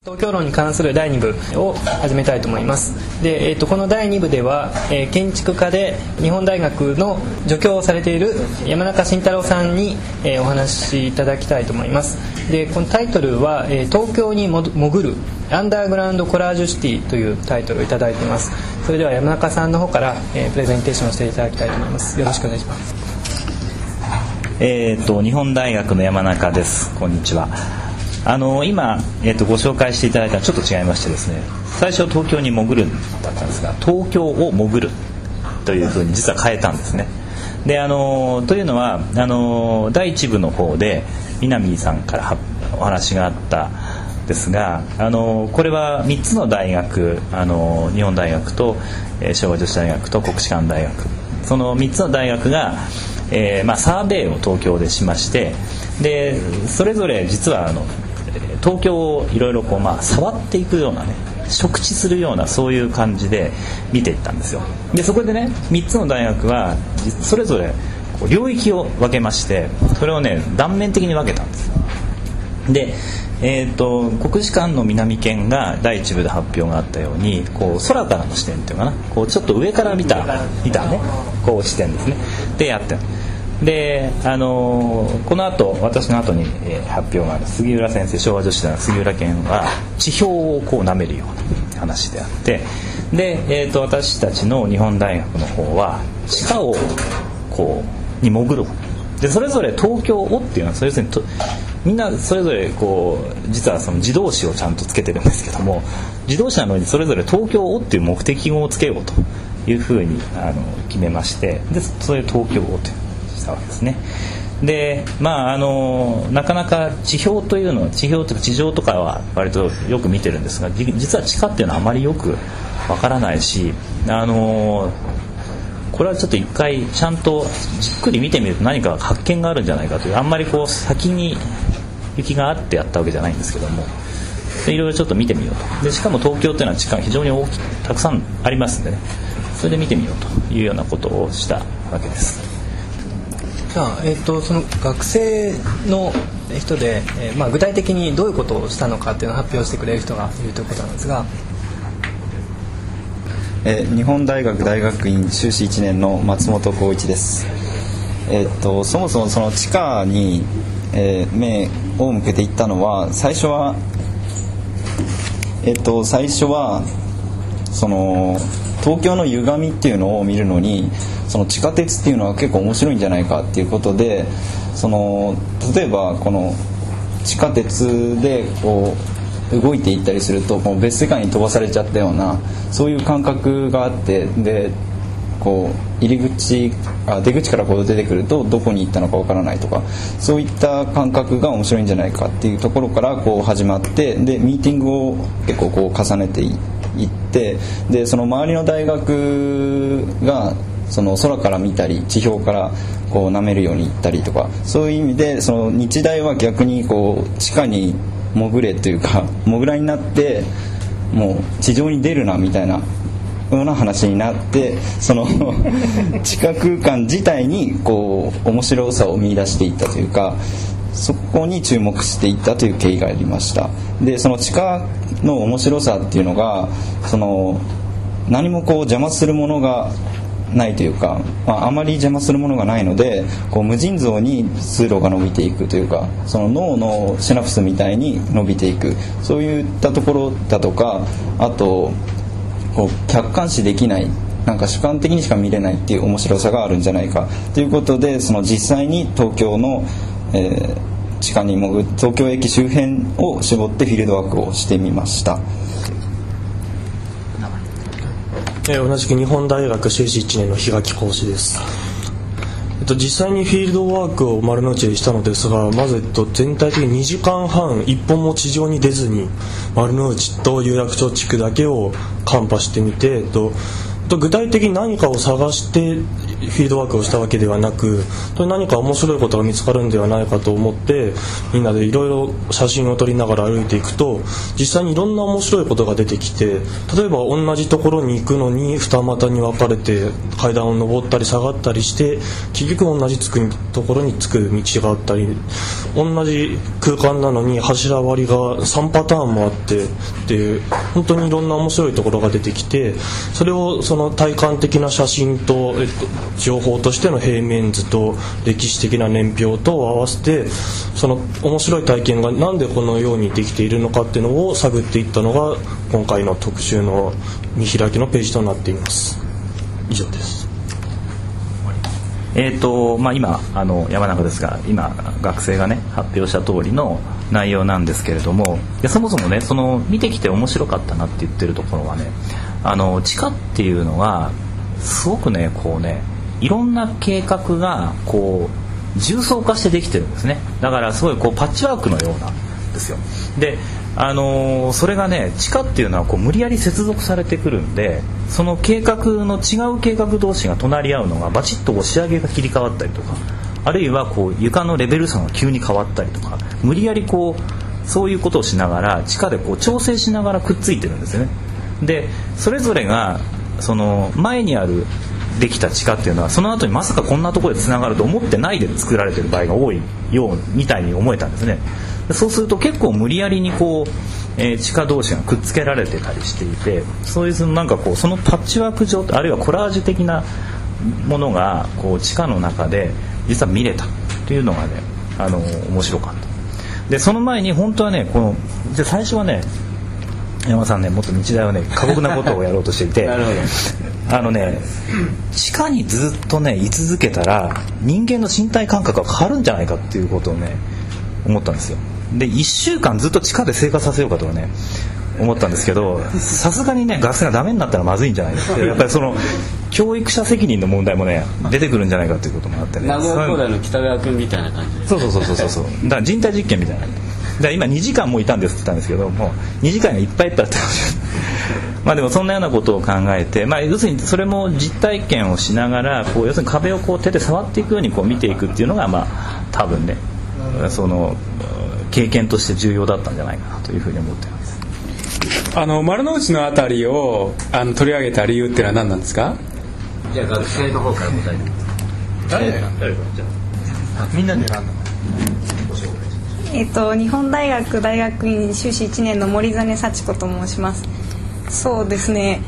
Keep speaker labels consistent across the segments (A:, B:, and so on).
A: 東京論に関する第2部を始めたいと思います。で、この第2部では、建築家で日本大学の助教をされている山中慎太郎さんに、お話しいただきたいと思います。で、このタイトルは、東京に潜るアンダーグラウンドコラージュシティというタイトルをいただいています。それでは山中さんの方から、プレゼンテーションをしていただきたいと思います。よろしくお願いします。
B: 日本大学の山中です。こんにちは。今、ご紹介していただいたのはちょっと違いましてですね、最初東京に潜るだったんですが、東京を潜るというふうに実は変えたんですね。でというのは第1部の方で南さんからお話があったですが、これは3つの大学、日本大学と、昭和女子大学と国士舘大学、その3つの大学が、サーベイを東京でしまして、でそれぞれ実は東京をいろいろ触っていくようなね、触知するようなそういう感じで見ていったんですよ。でそこでね、3つの大学はそれぞれ領域を分けまして、それをね断面的に分けたんです。で、国士舘の南県が第1部で発表があったように、空からの視点っていうかな、ちょっと上から見たね、視点ですねでやってる。でこの後私の後に、発表がある杉浦先生、昭和女子大の杉浦健は地表を舐めるような話であって、で、私たちの日本大学の方は地下をに潜る。でそれぞれ東京をっていうのは、要するにみんなそれぞれ実はその自動詞をちゃんとつけてるんですけども、自動詞なのにそれぞれ東京をっていう目的語をつけようというふうに決めまして、でそれで東京をとしたわけですね。でなかなか地表というのは、地表とか地上とかは割とよく見てるんですが、実は地下っていうのはあまりよくわからないし、これはちょっと一回ちゃんとじっくり見てみると何か発見があるんじゃないかという、あんまり先に行きがあってやったわけじゃないんですけども、いろいろちょっと見てみようと。でしかも東京というのは地下非常にたくさんありますんでね、それで見てみようというようなことをしたわけです。
A: じゃあ、その学生の人で、具体的にどういうことをしたのかっていうのを発表してくれる人がいるということなんですが、
C: 日本大学大学院修士1年の松本浩一です。そもそもその地下に、目を向けていったのは、最初はその東京の歪みっていうのを見るのに、その地下鉄っていうのは結構面白いんじゃないかっていうことで、例えばこの地下鉄で動いていったりすると、別世界に飛ばされちゃったような、そういう感覚があって、で出口から出てくるとどこに行ったのかわからないとか、そういった感覚が面白いんじゃないかっていうところから始まって、でミーティングを結構重ねていって、でその周りの大学がその空から見たり地表から舐めるように行ったりとか、そういう意味でその日大は逆に地下に潜れというか、モグラになってもう地上に出るなみたいなような話になって、その地下空間自体に面白さを見出していったというか、そこに注目していったという経緯がありました。でその地下の面白さっていうのが、何も邪魔するものがないというか、あまり邪魔するものがないので、無尽蔵に通路が伸びていくというか、その脳のシナプスみたいに伸びていく、そういったところだとか、あと客観視できない、なんか主観的にしか見れないっていう面白さがあるんじゃないかということで、その実際に東京の、地下に潜る東京駅周辺を絞ってフィールドワークをしてみました。
D: 同じく日本大学修士1年の檜垣講師です。実際にフィールドワークを丸の内でしたのですが、まず、全体的に2時間半一本も地上に出ずに丸の内と有楽町地区だけをカンパしてみて、具体的に何かを探してィールドワークをしたわけではなく、何か面白いことが見つかるんではないかと思ってみんなでいろいろ写真を撮りながら歩いていくと、実際にいろんな面白いことが出てきて、例えば同じところに行くのに二股に分かれて階段を上ったり下がったりして、結局同じところに着く道があったり、同じ空間なのに柱割りが3パターンもあってっていう、本当にいろんな面白いところが出てきて、それをその体感的な写真と、情報としての平面図と歴史的な年表とを合わせて、その面白い体験がなんでこのようにできているのかっていうのを探っていったのが今回の特集の見開きのページとなっています。以上です。
B: 今山中ですが、今学生がね発表した通りの内容なんですけれども、そもそもねその見てきて面白かったなって言ってるところはね、地下っていうのはすごくねこうねいろんな計画がこう重層化してできてるんですね。だからすごいこうパッチワークのようなんですよ。でそれがね地下っていうのはこう無理やり接続されてくるんで、その計画の違う計画同士が隣り合うのがバチッとこう仕上げが切り替わったりとか、あるいはこう床のレベル差が急に変わったりとか、無理やりこうそういうことをしながら地下でこう調整しながらくっついてるんですよね。でそれぞれがその前にあるできた地下っていうのはその後にまさかこんなところでつながると思ってないで作られてる場合が多いようみたいに思えたんですね。そうすると結構無理やりにこう、地下同士がくっつけられてたりしていて、そういうなんかこうそのパッチワーク状あるいはコラージュ的なものがこう地下の中で実は見れたというのがね面白かった。でその前に本当はね最初はね山さんねもっと日大はね過酷なことをやろうとしていてなるほど地下にずっとね居続けたら人間の身体感覚が変わるんじゃないかっていうことをね思ったんですよ。で1週間ずっと地下で生活させようかとかね思ったんですけど、さすがにね学生がダメになったらまずいんじゃないかって、やっぱりその教育者責任の問題もね出てくるんじゃないかということもあってね、
E: 名古屋工大の北川君みたいな感じで、
B: そうだから人体実験みたいな。だから今2時間もいたんですって言ったんですけど、もう2時間がいっぱいいっぱいあったかもしれないまあでもそんなようなことを考えて、要するにそれも実体験をしながら要するに壁をこう手で触っていくようにこう見ていくっていうのが多分ねその経験として重要だったんじゃないかなというふうに思っています。
F: 丸の内のあたりを取り上げた理由っていうのは何なんですか？
E: じゃあ学生の方から答えて
A: 誰かじゃあみんなで選んだ
G: 日本大学大学院修士1年の森実幸子と申します。そうですね、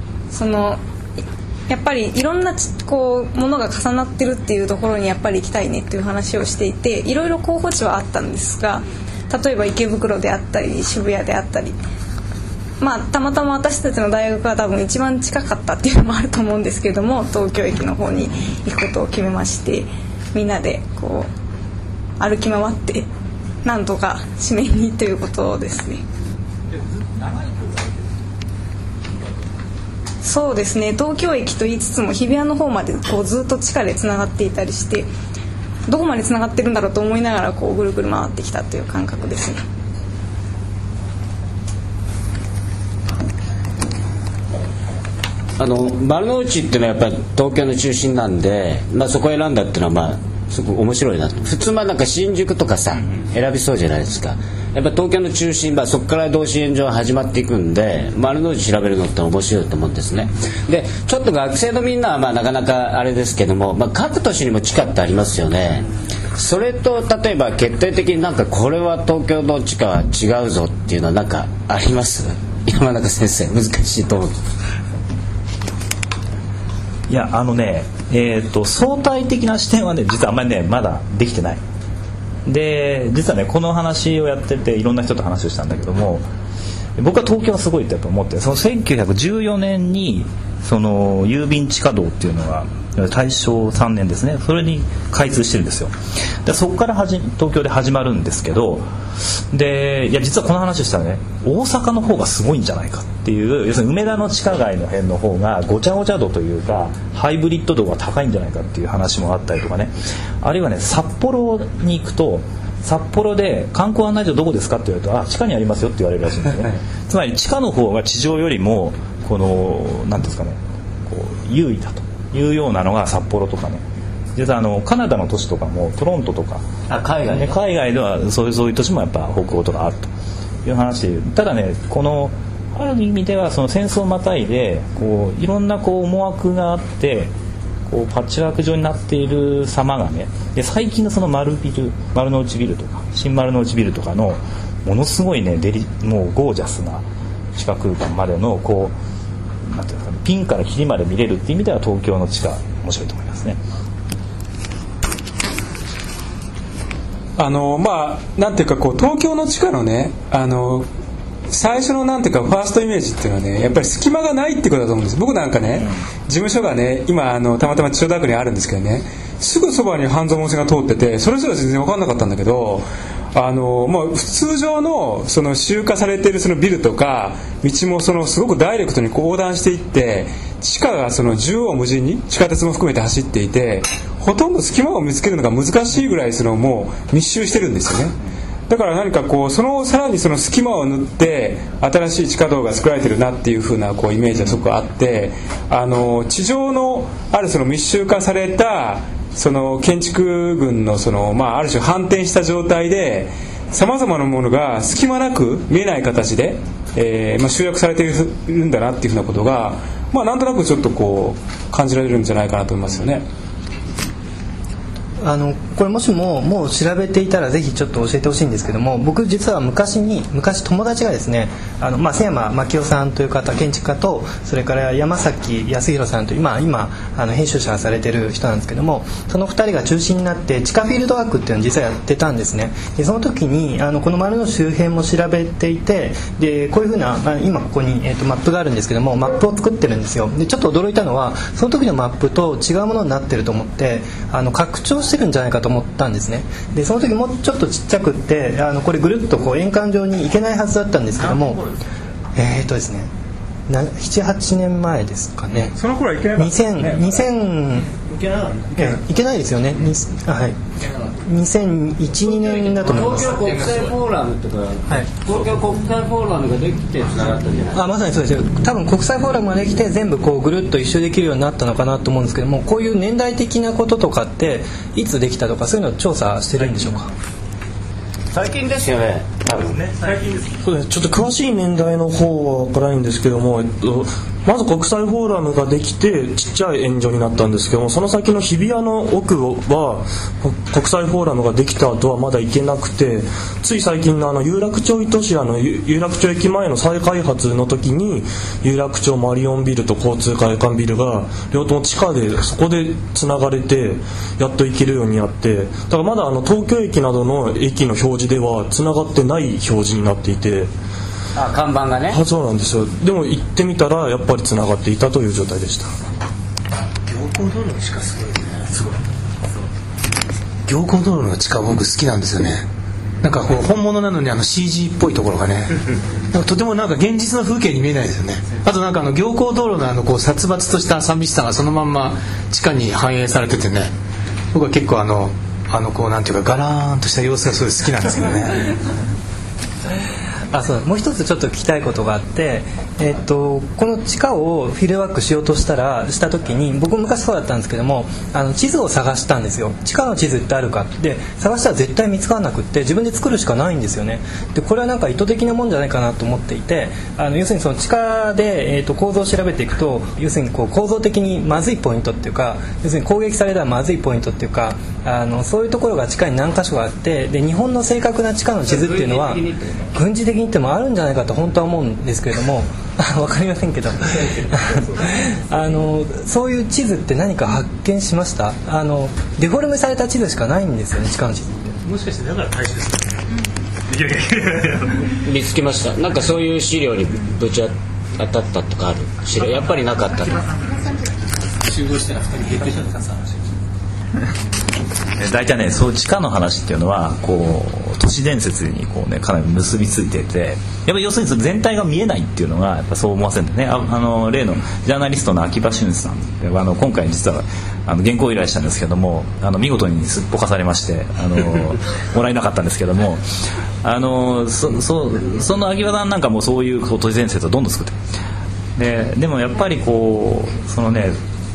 G: やっぱりいろんなものが重なってるっていうところにやっぱり行きたいねっていう話をしていて、いろいろ候補地はあったんですが、例えば池袋であったり渋谷であったり、たまたま私たちの大学が多分一番近かったっていうのもあると思うんですけども、東京駅の方に行くことを決めまして、みんなで歩き回ってなんとか締めにということですね。そうですね、東京駅と言いつつも日比谷の方までずっと地下でつながっていたりして、どこまでつながってるんだろうと思いながらぐるぐる回ってきたという感覚ですね。
E: 丸の内っていうのはやっぱり東京の中心なんで、そこを選んだっていうのはすごく面白いなと。普通なんか新宿とかさ選びそうじゃないですか。やっぱ東京の中心、そこから同心円状始まっていくんで、丸の内調べるのって面白いと思うんですね。でちょっと学生のみんなはなかなかあれですけども、各都市にも地下ってありますよね。それと例えば決定的にこれは東京の地下は違うぞっていうのは何かあります？山中先生、難しいと思う。
B: いや相対的な視点はね実はあんまりねまだできてない。で実はねこの話をやってていろんな人と話をしたんだけども、僕は東京はすごいってやっぱ思って、その1914年にその郵便地下道っていうのが大正3年ですね、それに開通してるんですよ。でそこから東京で始まるんですけど、で実はこの話をしたらね大阪の方がすごいんじゃないかっていう、要するに梅田の地下街の辺の方がごちゃごちゃ度というかハイブリッド度が高いんじゃないかっていう話もあったりとかね、あるいはね札幌に行くと札幌で観光案内所どこですかって言われると地下にありますよって言われるらしいんですよねつまり地下の方が地上よりもなんていうんですかね優位だというようなのが札幌とかね。実はカナダの都市とかもトロントとか
E: 海外、
B: ね、海外ではそういう都市もやっぱ北欧とかあるという話で、ただねこのある意味ではその戦争をまたいでこういろんなこう思惑があってこうパッチワーク状になっている様がね、で最近のその丸の内ビルとか新丸の内ビルとかのものすごいねもうゴージャスな地下空間までのこうなんていうか、ね、ピンからキリまで見れるっていう意味では東京の地下面白いと思いますね。
F: なんていうかこう東京の地下のね最初のなんていうかファーストイメージっていうのはねやっぱり隙間がないってことだと思うんです。僕なんかね、事務所がね今たまたま千代田区にあるんですけどね、すぐそばに半蔵門線が通っててそれすら全然分かんなかったんだけど、普通常のその集荷されているそのビルとか道もそのすごくダイレクトにこう横断していって地下がその縦横無尽に地下鉄も含めて走っていてほとんど隙間を見つけるのが難しいぐらいそのもう密集してるんですよね。だから何かこうさらにその隙間を縫って新しい地下道が作られてるなっていう風なこうイメージがすごくあって、地上のあるその密集化されたその建築群のある種反転した状態でさまざまなものが隙間なく見えない形で、集約されているんだなっていうふうなことが、なんとなくちょっとこう感じられるんじゃないかなと思いますよね。
A: これもしももう調べていたらぜひちょっと教えてほしいんですけども、僕実は昔友達がですね瀬山真紀夫さんという方建築家とそれから山崎康弘さんという今編集者されてる人なんですけども、その2人が中心になって地下フィールドワークっていうのを実はやってたんですね。でその時にこの丸の周辺も調べていて、でこういうふうな今ここに、マップがあるんですけどもマップを作ってるんですよ。でちょっと驚いたのはその時のマップと違うものになってると思って拡張してるんじゃないかと思ったんですね。でその時もうちょっとちっちゃくってこれぐるっとこう円環状に行けないはずだったんですけどもですね 7,8 年前ですかね。
F: その頃は行けなかったね。
A: 2000いけないですよね。はい2001、2年だと思います。
E: 東京国際フォーラムとか、東京国際フォーラムができてつながったんじゃない？
A: まさにそうですよ。多分国際フォーラムができて全部こうぐるっと一周できるようになったのかなと思うんですけども、こういう年代的なこととかっていつできたとかそういうのを調査してるんでしょうか？
E: 最近ですよね。多分ね。
D: 最近です。そうです。ちょっと詳しい年代の方は分からないんですけども、まず国際フォーラムができてちっちゃい円状になったんですけども、その先の日比谷の奥は国際フォーラムができた後はまだ行けなくて、つい最近の有楽町糸市有楽町駅前の再開発の時に有楽町マリオンビルと交通会館ビルが両方とも地下でそこでつながれてやっと行けるようになって、だからまだ東京駅などの駅の表示ではつながってない表示になっていて、
E: 看板がね。
D: そうなんですよ。でも行ってみたらやっぱりつながっていたという状態でした。
H: 行幸道路の地下すごいね。すごい。行幸道路の地下僕好きなんですよね。なんかこう本物なのにCG っぽいところがね、なんかとてもなんか現実の風景に見えないですよね。あとなんか行幸道路のこう殺伐とした寂しさがそのまんま地下に反映されててね、僕は結構こうなんていうかガラーンとした様子がすごい好きなんですけどね。
A: そうもう一つちょっと聞きたいことがあって、この地下をフィールドワークしようとした時に僕も昔そうだったんですけども地図を探したんですよ。地下の地図ってあるかって探したら絶対見つからなくって自分で作るしかないんですよね。でこれはなんか意図的なもんじゃないかなと思っていて、要するにその地下で、構造を調べていくと要するにこう構造的にまずいポイントっていうか、要するに攻撃されたらまずいポイントっていうかそういうところが地下に何箇所かあって、で日本の正確な地下の地図っていうのは軍事的に言ってもあるんじゃないかと本当は思うんですけれども分かりませんけどそういう地図って何か発見しました？デフォルメされた地図しかないんですよね、地下の地図って。
H: もしかしてだから大事ですか？
E: 見つけました。なんかそういう資料にぶち当たったとかある資料やっぱりなかった。
H: 集合したら2人減ってたんです
B: 大体ね、そう地下の話っていうのはこう都市伝説にこう、ね、かなり結びついてて、やっぱり要するにその全体が見えないっていうのがやっぱそう思わせるんだよね。例のジャーナリストの秋葉俊さん今回実は原稿依頼したんですけども見事にすっぽかされましてもらえなかったんですけどもその秋葉さんなんかもそういう都市伝説をどんどん作ってでもやっぱりこうそのね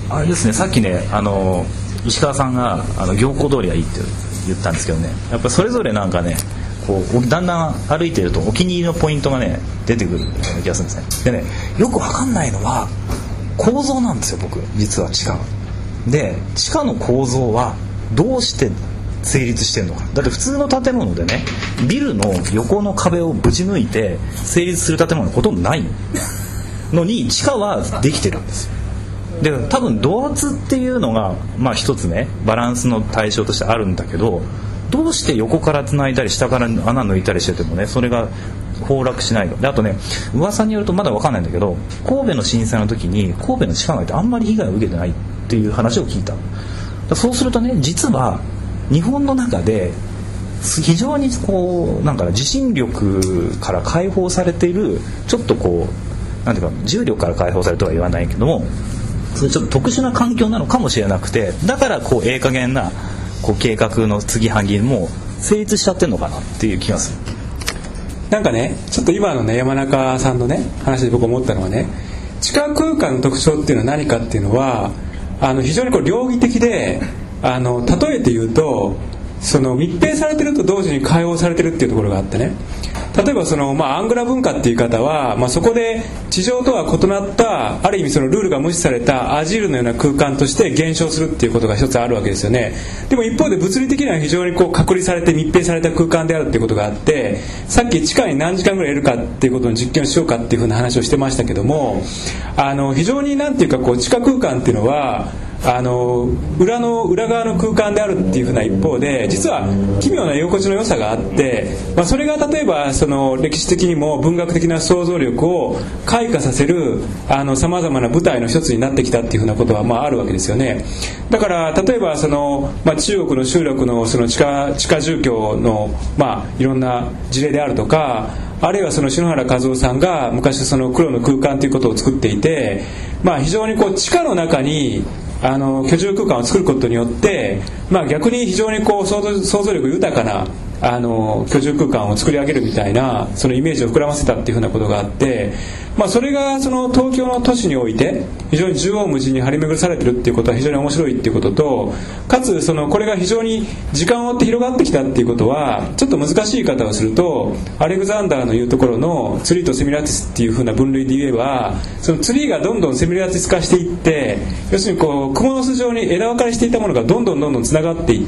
B: あれですね、さっきね石川さんが行幸通りがいいって言ったんですけどね、やっぱりそれぞれなんかねこうだんだん歩いてるとお気に入りのポイントがね出てくるような気がするんですね。でね、よく分かんないのは構造なんですよ。僕実は地下で、地下の構造はどうして成立してるのか。だって普通の建物でね、ビルの横の壁をぶち抜いて成立する建物ほとんどないのに地下はできてるんですよ。で多分土圧っていうのがまあ一つねバランスの対象としてあるんだけど、どうして横から繋いだり下から穴抜いたりしててもねそれが崩落しないので、あとね噂によるとまだ分かんないんだけど、神戸の震災の時に神戸の地下街ってあんまり被害を受けてないっていう話を聞いた。そうするとね、実は日本の中で非常にこうなんか地震力から解放されている、ちょっとこうなんていうか重力から解放されるとは言わないけども、それちょっと特殊な環境なのかもしれなくて、だからこう加減なこう計画の継ぎはぎも成立しちゃってるのかなっていう気がする。
F: なんかね、ちょっと今のね山中さんのね話で僕思ったのはね、地下空間の特徴っていうのは何かっていうのは非常にこう両義的で、例えて言うとその密閉されてると同時に解放されてるっていうところがあってね、例えばアングラ文化っていう言い方は、そこで地上とは異なったある意味そのルールが無視されたアジールのような空間として減少するっていうことが一つあるわけですよね。でも一方で物理的には非常にこう隔離されて密閉された空間であるっていうことがあって、さっき地下に何時間ぐらいいるかっていうことの実験をしようかっていうふうな話をしてましたけども、非常になんていうかこう地下空間っていうのは裏側の空間であるっていうふうな一方で、実は奇妙な居心地の良さがあって、それが例えばその歴史的にも文学的な想像力を開花させるさまざまな舞台の一つになってきたっていうふうなことはあるわけですよね。だから例えば中国の集落のその地下住居のいろんな事例であるとか、あるいは篠原和夫さんが昔その黒の空間ということを作っていて、非常にこう地下の中に居住空間を作ることによって、逆に非常にこう想像力豊かな居住空間を作り上げるみたいなそのイメージを膨らませたっていうふうなことがあって、それがその東京の都市において非常に縦横無尽に張り巡らされてるっていうことは非常に面白いっていうことと、かつこれが非常に時間を追って広がってきたっていうことは、ちょっと難しい言い方をするとアレクザンダーの言うところのツリーとセミラティスっていうふうな分類で言えば、そのツリーがどんどんセミラティス化していって、要するにこう蜘蛛の巣状に枝分かれしていたものがどんどんつながっていって、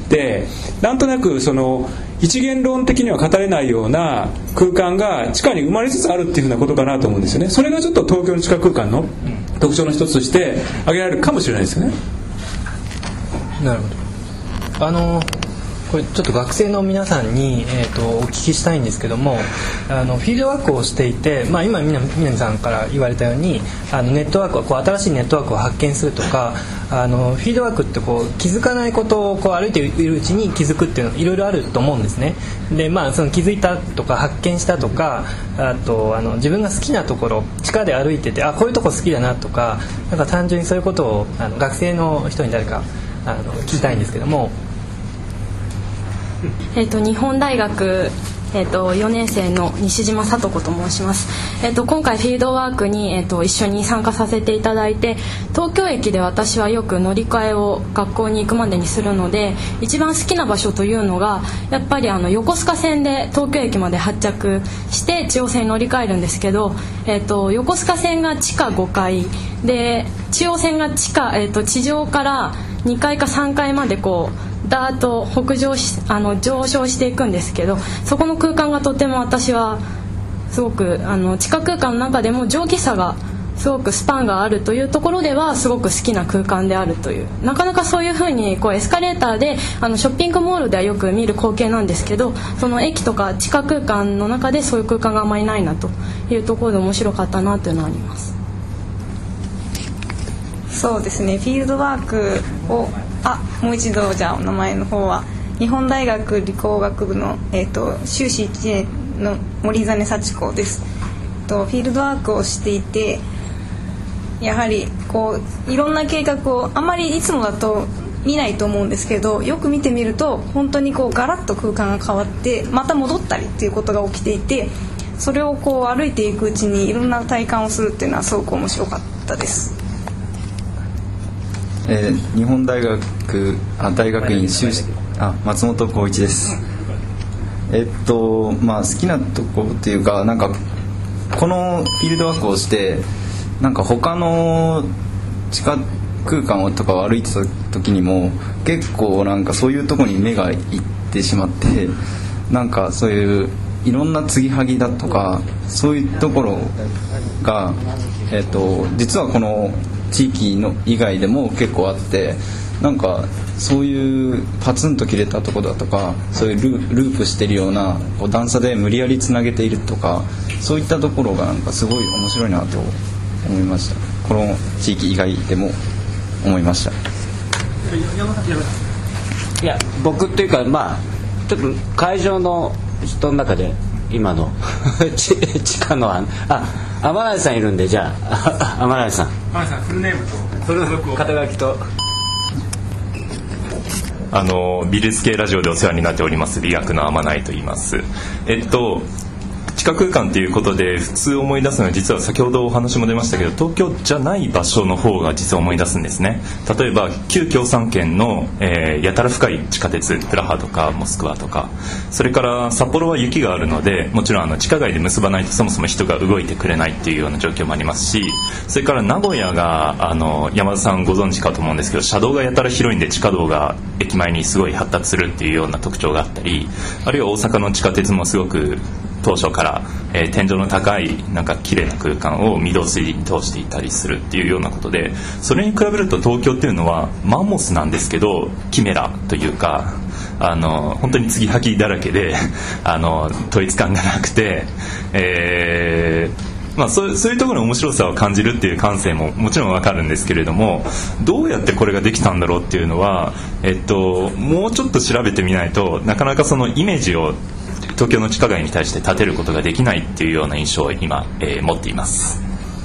F: なんとなくその一元論的には語れないような空間が地下に生まれつつあるっていうふうなことかなと思うんですよね。それがちょっと東京の地下空間の特徴の一つとして挙げられるかもしれないですよね。
A: なるほど。これちょっと学生の皆さんに、お聞きしたいんですけども、フィールドワークをしていて、今南さんから言われたようにネットワークこう新しいネットワークを発見するとか、フィールドワークってこう気づかないことをこう歩いているうちに気づくっていうのいろいろあると思うんですね。でその気づいたとか発見したとか、あと自分が好きなところ地下で歩いててこういうとこ好きだなとか、なんか単純にそういうことを学生の人に誰か聞きたいんですけども。
I: 日本大学、4年生の西島聡子と申します。今回フィールドワークに、一緒に参加させていただいて、東京駅で私はよく乗り換えを学校に行くまでにするので、一番好きな場所というのがやっぱり横須賀線で東京駅まで発着して中央線に乗り換えるんですけど、横須賀線が地下5階で中央線が地上から2階か3階までこうダーッと上昇していくんですけど、そこの空間がとても私はすごく地下空間の中でも上気差がすごくスパンがあるというところではすごく好きな空間であるという、なかなかそういうふうにこうエスカレーターでショッピングモールではよく見る光景なんですけど、その駅とか地下空間の中でそういう空間があまりないなというところで面白かったなというのはあります。
G: そうですね、フィールドワークをもう一度じゃあお名前の方は日本大学理工学部の、修士1年の森実幸子です。フィールドワークをしていて、やはりこういろんな計画をあまりいつもだと見ないと思うんですけど、よく見てみると本当にこうガラッと空間が変わってまた戻ったりっていうことが起きていて、それをこう歩いていくうちにいろんな体感をするっていうのはすごく面白かったです。
C: 日本大学大学院修士松本浩一です。好きなとこっていうか、なんかこのフィールドワークをしてなんか他の地下空間とかを歩いてた時にも結構なんかそういうとこに目がいってしまって、なんかそういういろんな継ぎはぎだとかそういうところが、実はこの地域の以外でも結構あって、なんかそういうパツンと切れたところだとか、そういうループしてるような段差で無理やりつなげているとか、そういったところがなんかすごい面白いなと思いました。この地域以外でも思いました。
E: いや僕っていうか、ちょっと会場の人の中で今の地下の天内さんいるんで、じゃあ天内さん
F: フルネームと
E: 肩書きと。
J: 美術系ラジオでお世話になっております美学の天内と言います。地下空間ということで普通思い出すのは、実は先ほどお話も出ましたけど、東京じゃない場所の方が実は思い出すんですね。例えば旧共産圏の、やたら深い地下鉄、プラハとかモスクワとか、それから札幌は雪があるので、もちろん地下街で結ばないとそもそも人が動いてくれないっていうような状況もありますし、それから名古屋が山田さんご存知かと思うんですけど、車道がやたら広いんで地下道が駅前にすごい発達するっていうような特徴があったり、あるいは大阪の地下鉄もすごく当初から、天井の高いなんか綺麗な空間を御堂筋に通していたりするっていうようなことで、それに比べると東京っていうのはマンモスなんですけどキメラというか、本当に継ぎはぎだらけで統一感がなくて、そういうところの面白さを感じるっていう感性ももちろんわかるんですけれども、どうやってこれができたんだろうっていうのは、もうちょっと調べてみないとなかなかそのイメージを東京の地下街に対して立てることができないっていうような印象を今、持っています。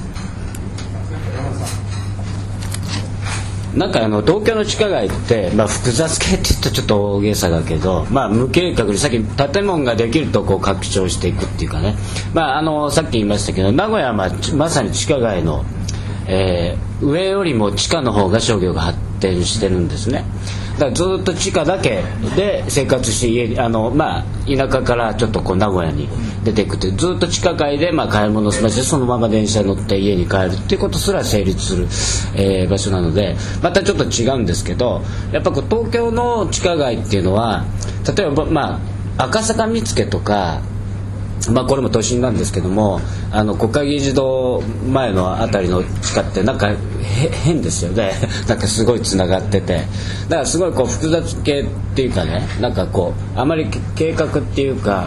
E: なんか東京の地下街って、複雑系って言うとちょっと大げさだけど、無計画にさっき建物ができるとこう拡張していくっていうかね、さっき言いましたけど名古屋はまさに地下街の、上よりも地下の方が商業が発展してるんですね。だからずっと地下だけで生活して家に田舎からちょっと名古屋に出ていくってずっと地下街で買い物を済ましてそのまま電車に乗って家に帰るっていうことすら成立する、場所なのでまたちょっと違うんですけど、やっぱ東京の地下街っていうのは例えば赤坂見附とかこれも都心なんですけども国会議事堂前のあたりの地下ってなんか変ですよね。なんかすごいつながってて、だからすごい複雑系っていうかね、なんかあまり計画っていうか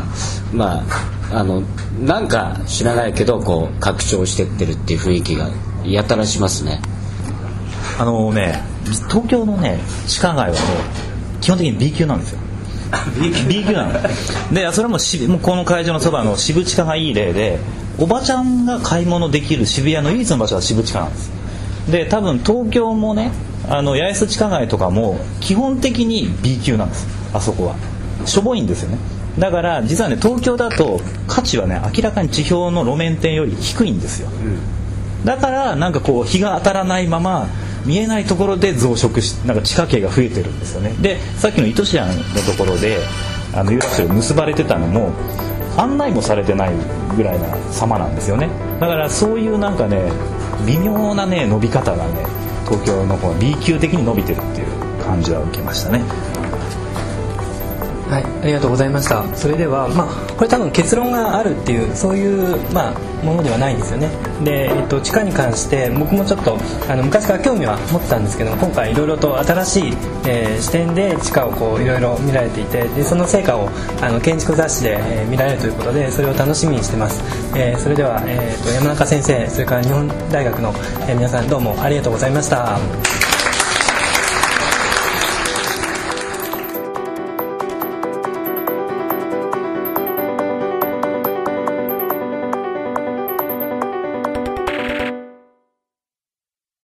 E: なんか知らないけど拡張してってるっていう雰囲気がやたらしますね。
B: 東京のね地下街はね基本的に B 級なんですよ。B 級なので、それもこの会場のそばの渋地下がいい例で、おばちゃんが買い物できる渋谷の唯一の場所は渋地下なんです。で多分東京もね八重洲地下街とかも基本的に B 級なんです。あそこはしょぼいんですよね。だから実はね東京だと価値はね明らかに地表の路面店より低いんですよ。だからなんか日が当たらないまま見えないところで増殖しなんか地下系が増えてるんですよね。でさっきの糸シアンのところで有楽町で結ばれてたのも案内もされてないぐらいな様なんですよね。だからそういうなんかね微妙なね伸び方がね東京のB 級的に伸びてるっていう感じは受けましたね。
A: はい、ありがとうございました。それでは、これ多分結論があるっていうそういう、ものではないんですよね。で、地下に関して僕もちょっと昔から興味は持ってたんですけど、今回いろいろと新しい、視点で地下をいろいろ見られていて、でその成果を建築雑誌で、見られるということでそれを楽しみにしてます。それでは、山中先生、それから日本大学の、皆さんどうもありがとうございました。